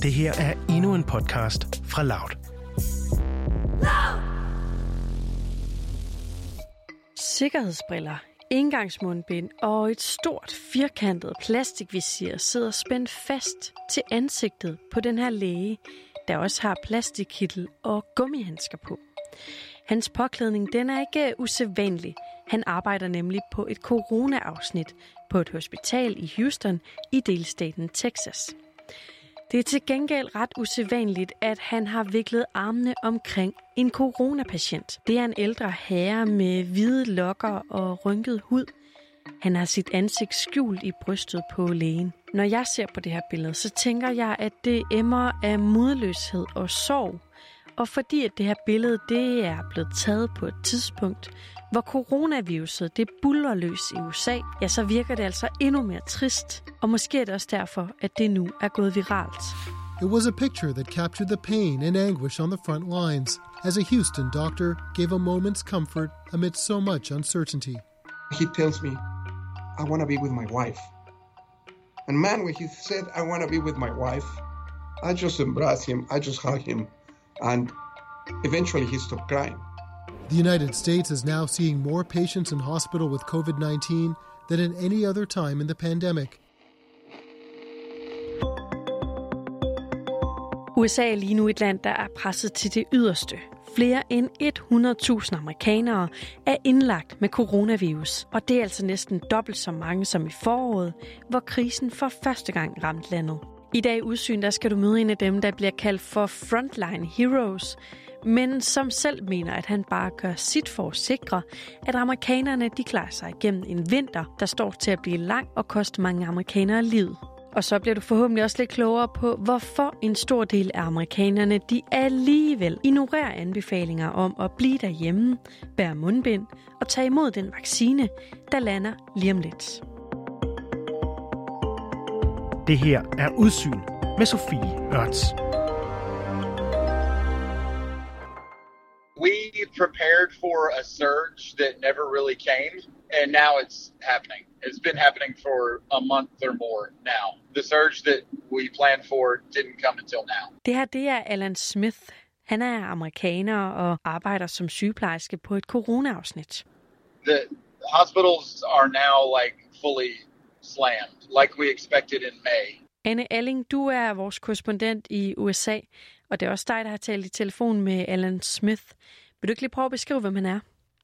Det her er endnu en podcast fra Loud. Sikkerhedsbriller, engangsmundbind og et stort firkantet plastikvisir sidder spændt fast til ansigtet på den her læge, der også har plastikkittel og gummihandsker på. Hans påklædning den er ikke usædvanlig. Han arbejder nemlig på et corona-afsnit på et hospital i Houston i delstaten Texas. Det er til gengæld ret usædvanligt, at han har viklet armene omkring en coronapatient. Det er en ældre herre med hvide lokker og rynket hud. Han har sit ansigt skjult i brystet på lægen. Når jeg ser på det her billede, så tænker jeg, at det emmer af modløshed og sorg. Og fordi at det her billede det er blevet taget på et tidspunkt, hvor coronaviruset det buldrer løs i USA, ja, så virker det altså endnu mere trist. Og måske er det også derfor, at det nu er gået viralt. It was a picture that captured the pain and anguish on the front lines as a Houston doctor gave a moment's comfort amid so much uncertainty. He tells me, I want to be with my wife. And man, when he said, I want to be with my wife, I just embrace him, I just hug him. And eventually he stopped crying. The United States is now seeing more patients in hospital with COVID-19 than at any other time in the pandemic. USA er lige nu et land, der er presset til det yderste. Flere end 100.000 amerikanere er indlagt med coronavirus, og det er altså næsten dobbelt så mange som i foråret, hvor krisen for første gang ramte landet. I dag i Udsyn, der skal du møde en af dem, der bliver kaldt for Frontline Heroes, men som selv mener, at han bare gør sit for at sikre, at amerikanerne de klarer sig igennem en vinter, der står til at blive lang og koste mange amerikanere livet. Og så bliver du forhåbentlig også lidt klogere på, hvorfor en stor del af amerikanerne de alligevel ignorerer anbefalinger om at blive derhjemme, bære mundbind og tage imod den vaccine, der lander lige om lidt. Det her er Udsyn med Sofie Ørts. We prepared for a surge that never really came, and now it's happening. It's been happening for a month or more now. The surge that we planned for didn't come until now. Det her, det er Alan Smith. Han er amerikaner og arbejder som sygeplejerske på et corona-afsnit. The hospitals are now fully slammed, like we expected in May. Anne Alling, du er vores korrespondent i USA, og det er også dig, der har talt i telefon med Alan Smith. Vil du ikke lige prøve at beskrive, hvem han er?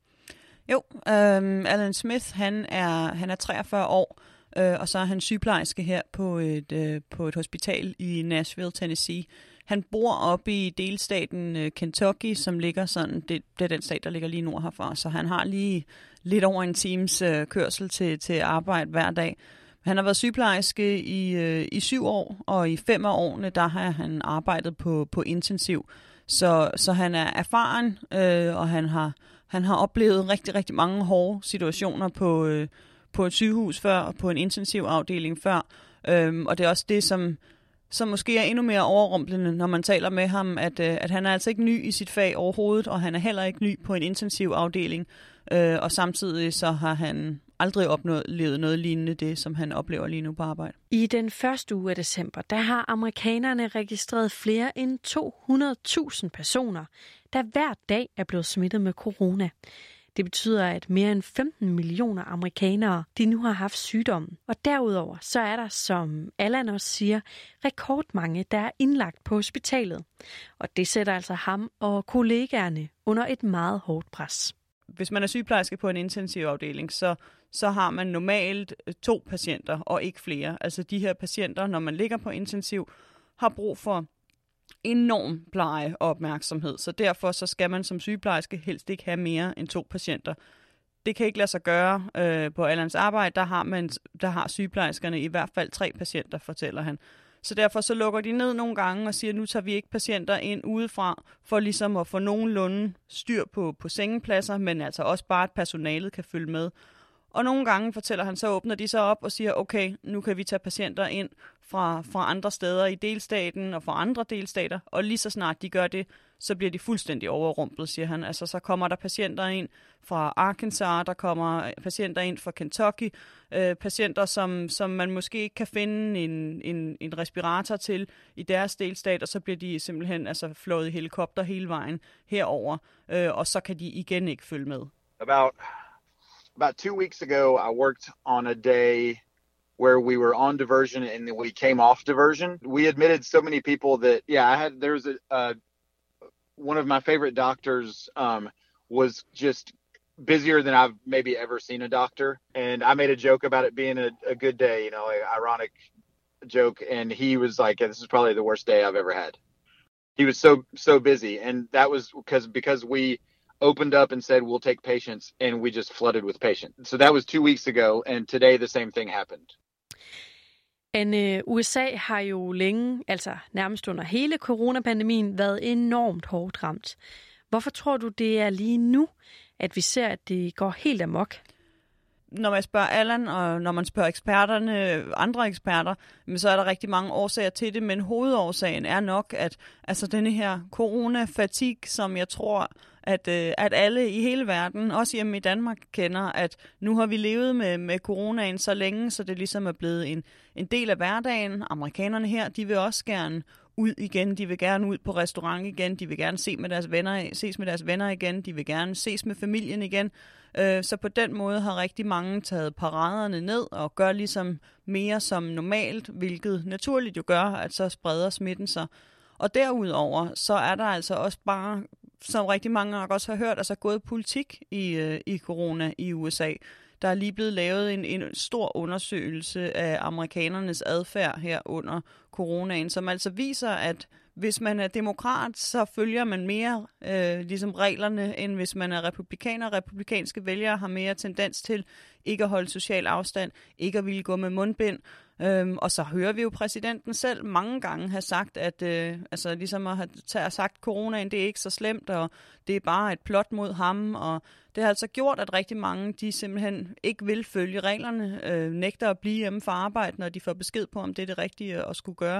Jo, Alan Smith, han er 43 år, og så er han sygeplejerske her på et hospital i Nashville, Tennessee. Han bor oppe i delstaten Kentucky, som ligger sådan, det er den stat, der ligger lige nord herfra, så han har lige lidt over en times kørsel til arbejde hver dag. Han har været sygeplejerske i 7 år, og i 5 af årene, der har han arbejdet på intensiv. Så han er erfaren, og han har oplevet rigtig, rigtig mange hårde situationer på et sygehus før, og på en intensivafdeling før. Og det er også det, som måske er endnu mere overrumplende, når man taler med ham, at han er altså ikke ny i sit fag overhovedet, og han er heller ikke ny på en intensivafdeling. Og samtidig så har han aldrig oplevet noget lignende det, som han oplever lige nu på arbejde. I den første uge af december, der har amerikanerne registreret flere end 200.000 personer, der hver dag er blevet smittet med corona. Det betyder, at mere end 15 millioner amerikanere, de nu har haft sygdommen. Og derudover, så er der, som Allan også siger, rekordmange, der er indlagt på hospitalet. Og det sætter altså ham og kollegaerne under et meget hårdt pres. Hvis man er sygeplejerske på en intensivafdeling, så har man normalt 2 patienter og ikke flere. Altså de her patienter, når man ligger på intensiv, har brug for enorm pleje og opmærksomhed. Så derfor så skal man som sygeplejerske helst ikke have mere end 2 patienter. Det kan ikke lade sig gøre på Allans arbejde. Der har sygeplejerskerne i hvert fald 3 patienter, fortæller han. Så derfor så lukker de ned nogle gange og siger, nu tager vi ikke patienter ind udefra, for ligesom at få nogenlunde styr på sengepladser, men altså også bare, at personalet kan følge med. Og nogle gange, fortæller han, så åbner de sig op og siger, okay, nu kan vi tage patienter ind fra andre steder i delstaten og fra andre delstater, og lige så snart de gør det, så bliver de fuldstændig overrumplet, siger han. Altså, så kommer der patienter ind fra Arkansas, der kommer patienter ind fra Kentucky, patienter, som man måske ikke kan finde en respirator til i deres delstat, og så bliver de simpelthen flået i helikopter hele vejen herover, og så kan de igen ikke følge med. About 2 weeks ago, I worked on a day where we were on diversion and we came off diversion. We admitted so many people that, there was one of my favorite doctors was just busier than I've maybe ever seen a doctor. And I made a joke about it being a good day, an ironic joke. And he was like, this is probably the worst day I've ever had. He was so busy. And that was because we opened up and said, we'll take patients, and we just flooded with patients. So that was 2 weeks ago, and today the same thing happened. USA har jo længe, altså nærmest under hele coronapandemien, været enormt hårdt ramt. Hvorfor tror du, det er lige nu, at vi ser, at det går helt amok? Når man spørger Allan, og når man spørger eksperterne, andre eksperter, så er der rigtig mange årsager til det, men hovedårsagen er nok, at denne her corona-fatigue, som jeg tror, at alle i hele verden, også hjemme i Danmark, kender, at nu har vi levet med coronaen så længe, så det ligesom er blevet en del af hverdagen. Amerikanerne her, de vil også gerne ud igen, de vil gerne ud på restaurant igen, de vil gerne ses med deres venner igen, de vil gerne ses med familien igen. Så på den måde har rigtig mange taget paraderne ned og gør ligesom mere som normalt, hvilket naturligt jo gør, at så spreder smitten sig. Og derudover, så er der altså også bare, som rigtig mange nok også har hørt, gået politik i corona i USA. Der er lige blevet lavet en stor undersøgelse af amerikanernes adfærd her under coronaen, som altså viser, at hvis man er demokrat, så følger man mere ligesom reglerne, end hvis man er republikaner. Republikanske vælgere har mere tendens til ikke at holde social afstand, ikke at ville gå med mundbind. Og så hører vi jo præsidenten selv mange gange have sagt, at ligesom at have sagt, at coronaen det er ikke så slemt, og det er bare et plot mod ham. Og det har altså gjort, at rigtig mange de simpelthen ikke vil følge reglerne, nægter at blive hjemme fra arbejde, når de får besked på, om det er det rigtige at skulle gøre.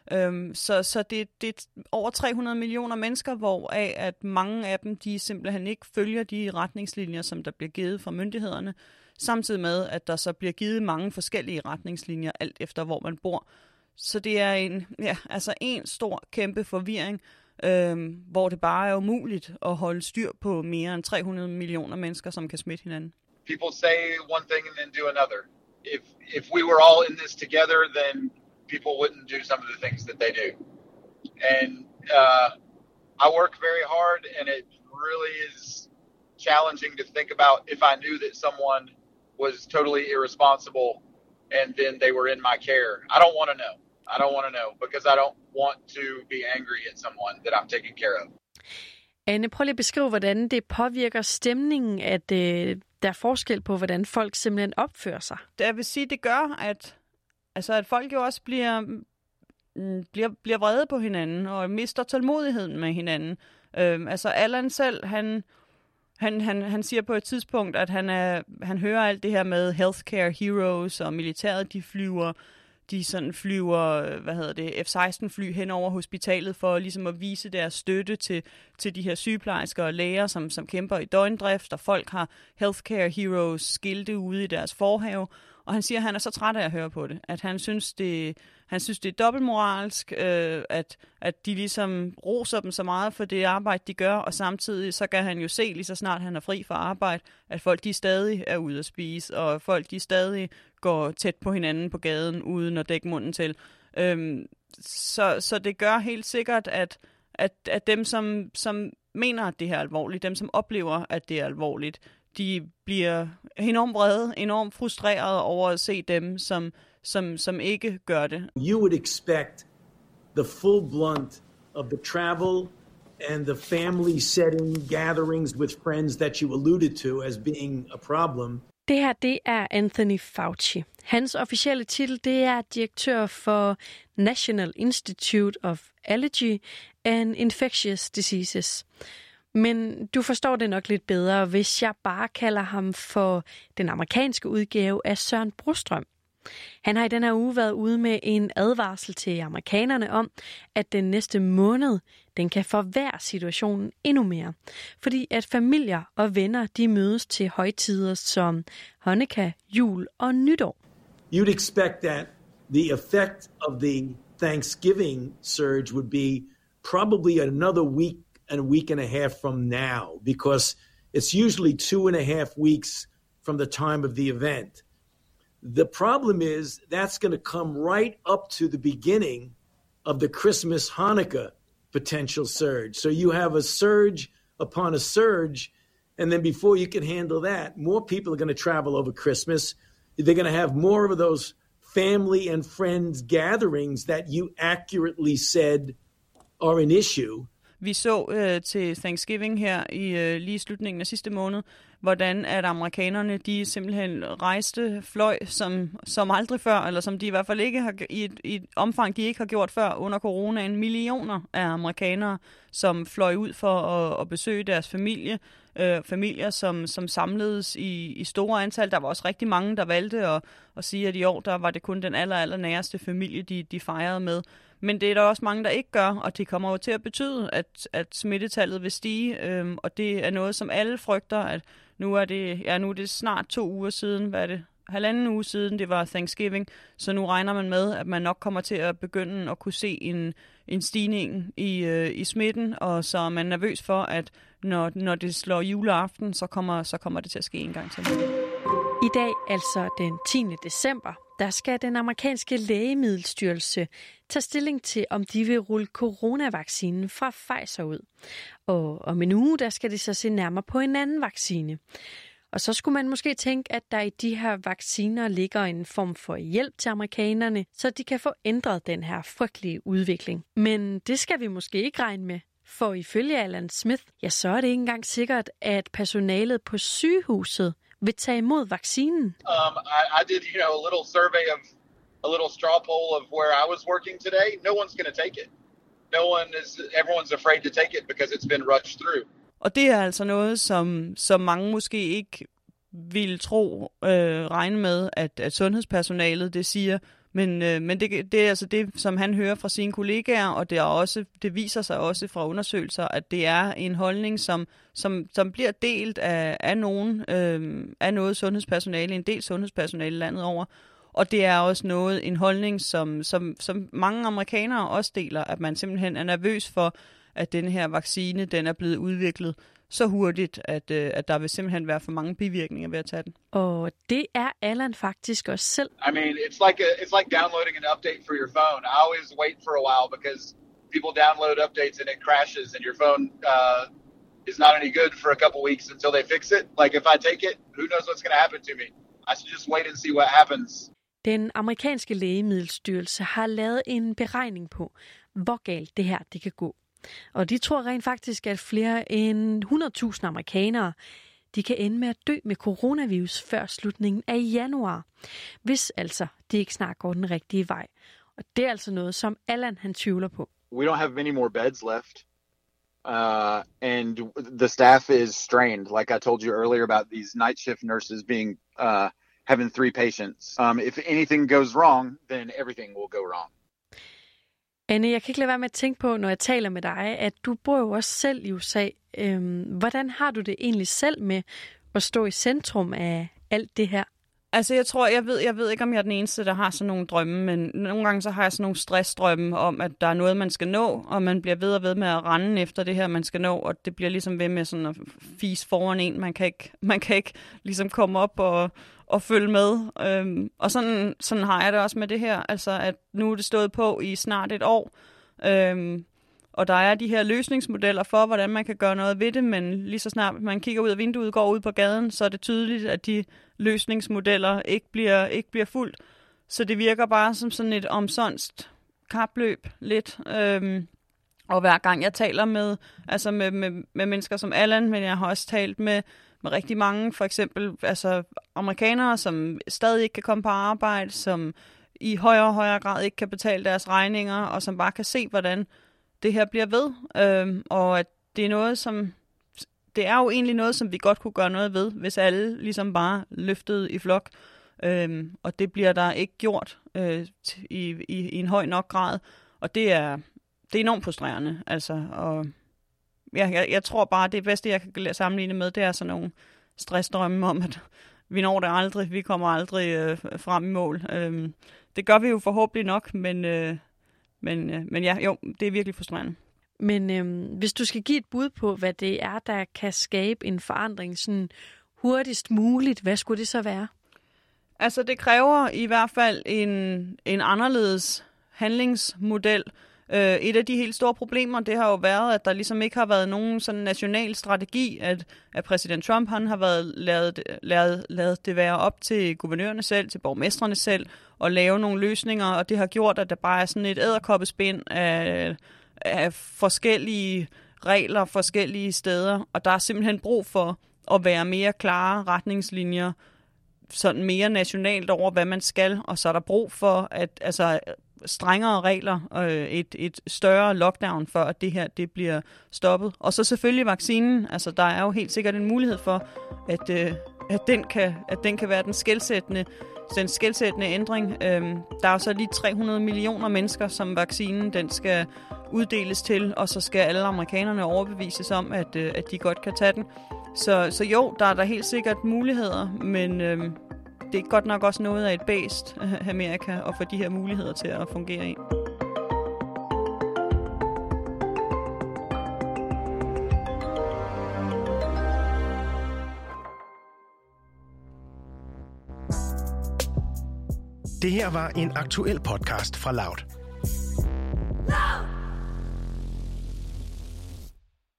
Så det er over 300 millioner mennesker, hvoraf at mange af dem de simpelthen ikke følger de retningslinjer, som der bliver givet fra myndighederne. Samtidig med, at der så bliver givet mange forskellige retningslinjer, alt efter hvor man bor. Så det er en stor, kæmpe forvirring, hvor det bare er umuligt at holde styr på mere end 300 millioner mennesker, som kan smitte hinanden. People say one thing and then do another. If we were all in this together, then people wouldn't do some of the things that they do. And I work very hard, and it really is challenging to think about if I knew that someone was totally irresponsible and then they were in my care. I don't want to know. I don't want to know because I don't want to be angry at someone that I'm taking care of. Anne, prøv lige at beskrive, hvordan det påvirker stemningen, at der er forskel på, hvordan folk simpelthen opfører sig. Jeg vil sige, det gør, at folk jo også bliver vrede på hinanden og mister tålmodigheden med hinanden. Allan selv, han siger på et tidspunkt, at han hører alt det her med healthcare heroes og militæret, de flyver F-16-fly hen over hospitalet for ligesom at vise deres støtte til de her sygeplejersker og læger, som kæmper i døgndrift, og folk har healthcare heroes skilte ude i deres forhave. Og han siger, at han er så træt af at høre på det, at han synes, det er dobbeltmoralsk, at de ligesom roser dem så meget for det arbejde, de gør, og samtidig så kan han jo se, lige så snart han er fri fra arbejde, at folk de stadig er ude at spise, og folk de stadig går tæt på hinanden på gaden, uden at dække munden til. Så det gør helt sikkert, at dem, som mener, at det her er alvorligt, dem, som oplever, at det er alvorligt, de bliver enormt vrede, enormt frustrerede over at se dem, som ikke gør det. You would expect the full blunt of the travel and the family setting gatherings with friends that you alluded to as being a problem. Det her, det er Anthony Fauci. Hans officielle titel, det er direktør for National Institute of Allergy and Infectious Diseases. Men du forstår det nok lidt bedre, hvis jeg bare kalder ham for den amerikanske udgave af Søren Brostrøm. Han har i den her uge været ude med en advarsel til amerikanerne om, at den næste måned, den kan forværre situationen endnu mere. Fordi at familier og venner, de mødes til højtider som Hanukkah, jul og nytår. You'd expect that the effect of the Thanksgiving surge would be probably another week and a week and a half from now, because it's usually 2.5 weeks from the time of the event. The problem is that's going to come right up to the beginning of the Christmas Hanukkah potential surge. So you have a surge upon a surge, and then before you can handle that, more people are going to travel over Christmas. They're going to have more of those family and friends gatherings that you accurately said are an issue. Vi så til Thanksgiving her i lige slutningen af sidste måned, hvordan at amerikanerne de simpelthen fløj som aldrig før, eller som de i hvert fald ikke har i et omfang, de ikke har gjort før under coronaen. Millioner af amerikanere, som fløj ud for at besøge deres familier, som samledes i store antal. Der var også rigtig mange, der valgte at sige, at i år der var det kun den aller næreste familie, de fejrede med. Men det er der også mange, der ikke gør, og det kommer jo til at betyde, at smittetallet vil stige, og det er noget, som alle frygter, at nu er det snart 2 uger siden, 1,5 uge siden, det var Thanksgiving, så nu regner man med, at man nok kommer til at begynde at kunne se en stigning i smitten, og så er man nervøs for, at når det slår juleaften, så kommer det til at ske en gang til. I dag, altså den 10. december, der skal den amerikanske lægemiddelstyrelse tage stilling til, om de vil rulle coronavaccinen fra Pfizer ud. Og om en uge, der skal de så se nærmere på en anden vaccine. Og så skulle man måske tænke, at der i de her vacciner ligger en form for hjælp til amerikanerne, så de kan få ændret den her frygtelige udvikling. Men det skal vi måske ikke regne med. For ifølge Alan Smith, ja, så er det ikke engang sikkert, at personalet på sygehuset vil tage imod vaccinen. I did, a little survey of a little straw poll of where I was working today. No one's going to take it. Everyone's afraid to take it because it's been rushed through. Og det er altså noget, som mange måske ikke vil regne med, at sundhedspersonalet det siger. Men det er altså det, som han hører fra sine kollegaer, og det viser sig også fra undersøgelser, at det er en holdning, som bliver delt af noget sundhedspersonale, en del sundhedspersonale landet over. Og det er også en holdning, som mange amerikanere også deler, at man simpelthen er nervøs for, at den her vaccine, den er blevet udviklet så hurtigt, at der vil simpelthen være for mange bivirkninger ved at tage den. Og det er Alan faktisk også selv. I mean, it's like downloading an update for your phone. I always wait for a while because people download updates and it crashes and your phone is not any good for a couple weeks until they fix it. Like if I take it, who knows what's going to happen to me? I should just wait and see what happens. Den amerikanske lægemiddelstyrelse har lavet en beregning på, hvor galt det her det kan gå. Og de tror rent faktisk, at flere end 100.000 amerikanere, de kan ende med at dø med coronavirus før slutningen af januar, hvis altså de ikke snart går den rigtige vej. Og det er altså noget, som Alan han tvivler på. We don't have many more beds left, and the staff is strained. Like I told you earlier about these night shift nurses being having 3 patients. If anything goes wrong, then everything will go wrong. Anne, jeg kan ikke lade være med at tænke på, når jeg taler med dig, at du bor jo også selv i USA. Hvordan har du det egentlig selv med at stå i centrum af alt det her? Altså, jeg ved ikke, om jeg er den eneste, der har sådan nogle drømme, men nogle gange så har jeg sådan nogle stressdrømme om, at der er noget, man skal nå, og man bliver ved og ved med at rende efter det her, man skal nå, og det bliver ligesom ved med sådan at fise foran en. Man kan ikke ligesom komme op og følge med. Og sådan har jeg det også med det her, altså at nu er det stået på i snart et år, og der er de her løsningsmodeller for, hvordan man kan gøre noget ved det, men lige så snart man kigger ud af vinduet, går ud på gaden, så er det tydeligt, at de løsningsmodeller ikke bliver fuldt. Så det virker bare som sådan et omsonst kapløb lidt. Og hver gang jeg taler med mennesker som Alan, men jeg har også talt med rigtig mange, for eksempel altså amerikanere, som stadig ikke kan komme på arbejde, som i højere og højere grad ikke kan betale deres regninger, og som bare kan se, hvordan det her bliver ved. Og at det er noget, det er jo egentlig noget, som vi godt kunne gøre noget ved, hvis alle ligesom bare løftede i flok. Og det bliver der ikke gjort i en høj nok grad. Og det er enormt frustrerende. Altså, og jeg tror bare, det bedste, jeg kan sammenligne med, det er sådan nogle stressdrømme om, at vi når det aldrig, vi kommer aldrig frem i mål. Det gør vi jo forhåbentlig nok, men ja, jo, det er virkelig frustrerende. Men hvis du skal give et bud på, hvad det er, der kan skabe en forandring sådan hurtigst muligt, hvad skulle det så være? Altså, det kræver i hvert fald en anderledes handlingsmodel. Et af de helt store problemer, det har jo været, at der ligesom ikke har været nogen sådan national strategi, at præsident Trump, han har været lavet det være op til guvernørerne selv, til borgmestrene selv, og lave nogle løsninger, og det har gjort, at der bare er sådan et edderkoppespind af forskellige regler, forskellige steder, og der er simpelthen brug for at være mere klare retningslinjer, sådan mere nationalt over, hvad man skal, og så er der brug for strengere regler og et større lockdown for, at det her det bliver stoppet. Og så selvfølgelig vaccinen. Altså, der er jo helt sikkert en mulighed for, at den kan være den skelsættende ændring. Der er jo så lige 300 millioner mennesker, som vaccinen den skal uddeles til, og så skal alle amerikanerne overbevises om, at de godt kan tage den. Så jo, der er der helt sikkert muligheder, men det er godt nok også noget af et bæst, Amerika, at få de her muligheder til at fungere i. Det her var en aktuel podcast fra Loud.